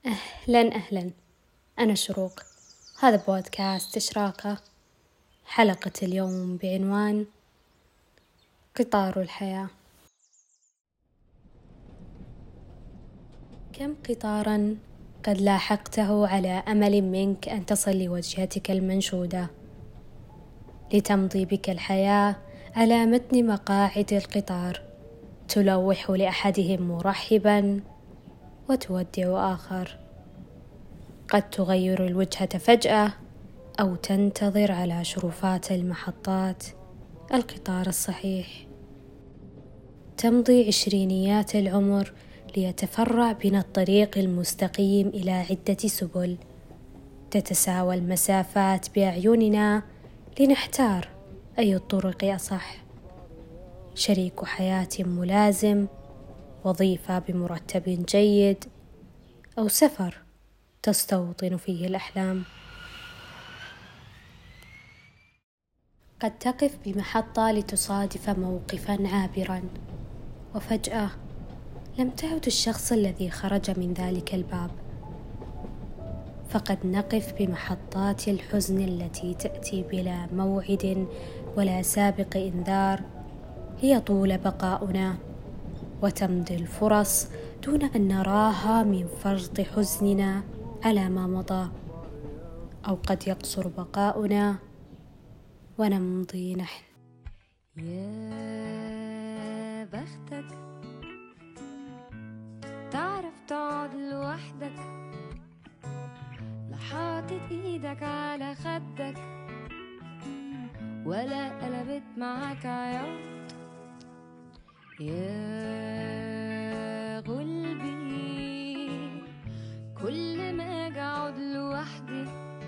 أهلا، أنا شروق. هذا بودكاست إشراقة. حلقة اليوم بعنوان قطار الحياة. كم قطاراً قد لاحقته على أمل منك أن تصل لوجهتك المنشودة، لتمضي بك الحياة على متن مقاعد القطار، تلوح لأحدهم مرحباً وتودع آخر. قد تغير الوجهة فجأة أو تنتظر على شرفات المحطات القطار الصحيح. تمضي عشرينيات العمر ليتفرع بنا الطريق المستقيم إلى عدة سبل، تتساوى المسافات بأعيننا لنحتار أي الطرق أصح. شريك حياة ملازم، وظيفة بمرتب جيد، أو سفر تستوطن فيه الأحلام. قد تقف بمحطة لتصادف موقفاً عابراً، وفجأة لم تعد الشخص الذي خرج من ذلك الباب. فقد نقف بمحطات الحزن التي تأتي بلا موعد ولا سابق إنذار ليطول بقاؤنا، وتمضي الفرص دون أن نراها من فرط حزننا على ما مضى. أو قد يقصر بقاؤنا ونمضي نحن. يا بختك تعرف تقعد لوحدك، لا حاطط ايدك على خدك ولا قلبت معاك عياط. يا قلبي كل ما اجي اقعد لوحدي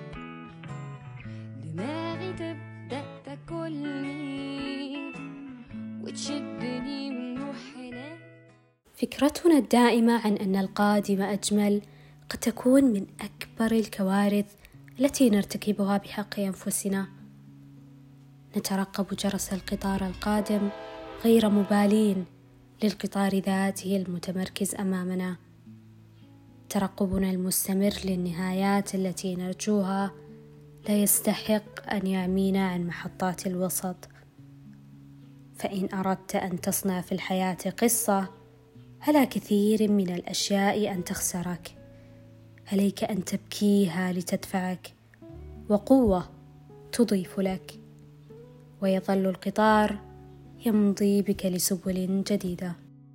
دماغي تبدأ تاكلني وتشدني من روحنا. فكرتنا الدائمة عن أن القادم أجمل قد تكون من أكبر الكوارث التي نرتكبها بحق أنفسنا. نترقب جرس القطار القادم غير مبالين للقطار ذاته المتمركز أمامنا. ترقبنا المستمر للنهايات التي نرجوها لا يستحق أن يعمينا عن محطات الوسط. فإن أردت أن تصنع في الحياة قصة، على كثير من الأشياء أن تخسرك. عليك أن تبكيها لتدفعك، وقوة تضيف لك، ويظل القطار يمضي بك لسبل جديدة.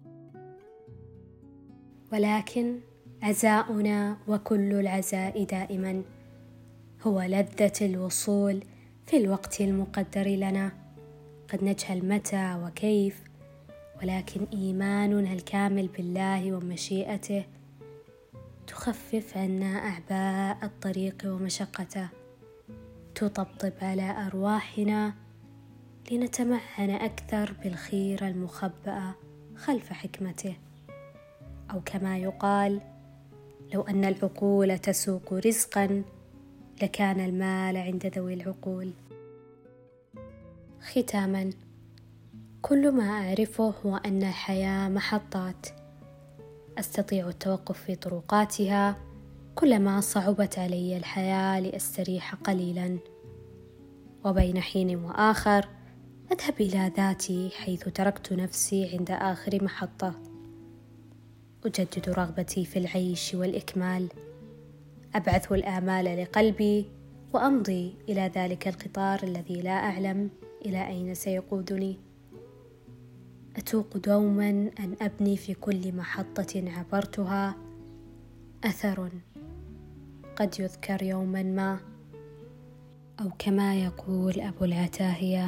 ولكن عزاؤنا وكل العزاء دائما هو لذة الوصول في الوقت المقدر لنا. قد نجهل متى وكيف، ولكن إيماننا الكامل بالله ومشيئته تخفف عنا أعباء الطريق ومشقته، تطبطب على أرواحنا لنتمعن أكثر بالخير المخبأ خلف حكمته. أو كما يقال: لو أن العقول تسوق رزقا لكان المال عند ذوي العقول. ختاما، كل ما أعرفه هو أن الحياة محطات، أستطيع التوقف في طرقاتها كلما صعبت علي الحياة لأستريح قليلا، وبين حين وآخر أذهب إلى ذاتي حيث تركت نفسي عند آخر محطة. أجدد رغبتي في العيش والإكمال، أبعث الآمال لقلبي وأمضي إلى ذلك القطار الذي لا أعلم إلى أين سيقودني. أتوق دوما أن أبني في كل محطة عبرتها أثر قد يذكر يوما ما. أو كما يقول أبو العتاهية: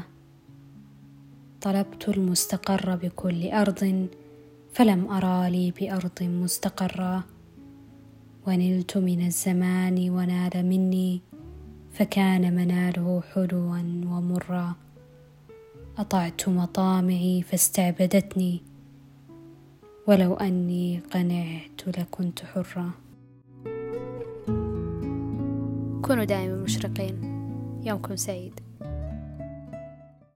طلبت المستقر بكل أرض فلم أرى لي بأرض مستقرة، ونلت من الزمان ونال مني فكان مناله حلوا ومرا. أطعت مطامعي فاستعبدتني، ولو أني قنعت لكنت حرة. كونوا دائما مشرقين. يومكم سعيد.